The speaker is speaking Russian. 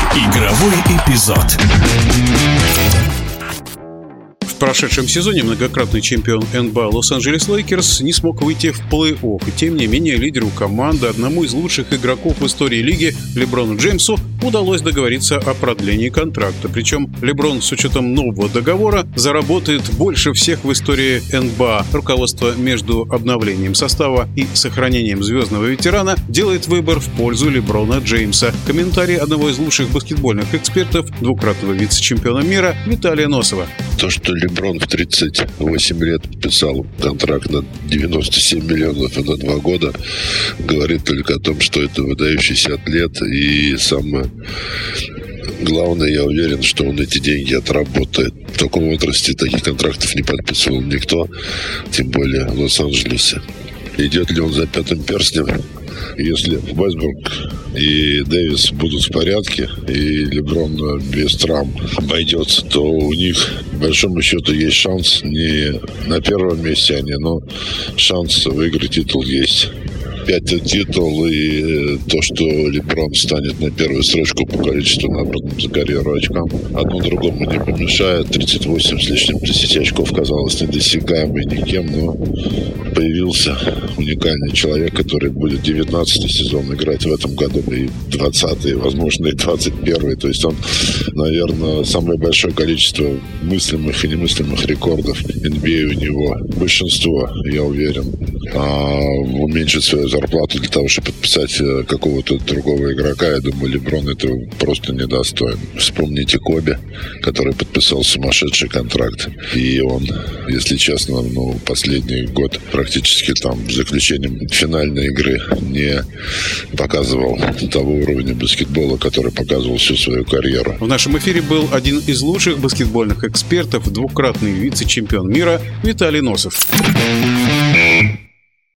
Игровой эпизод. В прошедшем сезоне многократный чемпион НБА Лос-Анджелес Лейкерс не смог выйти в плей-офф. И тем не менее лидеру команды, одному из лучших игроков в истории лиги, Леброну Джеймсу, удалось договориться о продлении контракта. Причем Леброн с учетом нового договора заработает больше всех в истории НБА. Руководство между обновлением состава и сохранением звездного ветерана делает выбор в пользу Леброна Джеймса. Комментарий одного из лучших баскетбольных экспертов, двукратного вице-чемпиона мира Виталия Носова. То, что Леброн в 38 лет подписал контракт на 97 миллионов и на 2 года, говорит только о том, что это выдающийся атлет. И самое главное, я уверен, что он эти деньги отработает. В таком возрасте таких контрактов не подписывал никто, тем более в Лос-Анджелесе. Идет ли он за 5-м перстнем? Если Вестбрук и Дэвис будут в порядке, и Леброн без травм обойдется, то у них, по большому счету, есть шанс. Не на первом месте они, но шанс выиграть титул есть. Опять титул и то, что Леброн станет на первую строчку по количеству набранным за карьеру очкам, одно другому не помешает. 38 с лишним тысяч очков казалось недосягаемой никем, но появился уникальный человек, который будет 19-й сезон играть в этом году, и 20-й, возможно, и 21-й. То есть он, наверное, самое большое количество мыслимых и немыслимых рекордов NBA у него. Большинство, я уверен, уменьшит свою зарплату для того, чтобы подписать какого-то другого игрока. Я думаю, Леброн этого просто недостоин. Вспомните Коби, который подписал сумасшедший контракт. И он, если честно, последний год практически там, за исключением финальной игры, не показывал того уровня баскетбола, который показывал всю свою карьеру. В нашем эфире был один из лучших баскетбольных экспертов, двукратный вице-чемпион мира Виталий Носов.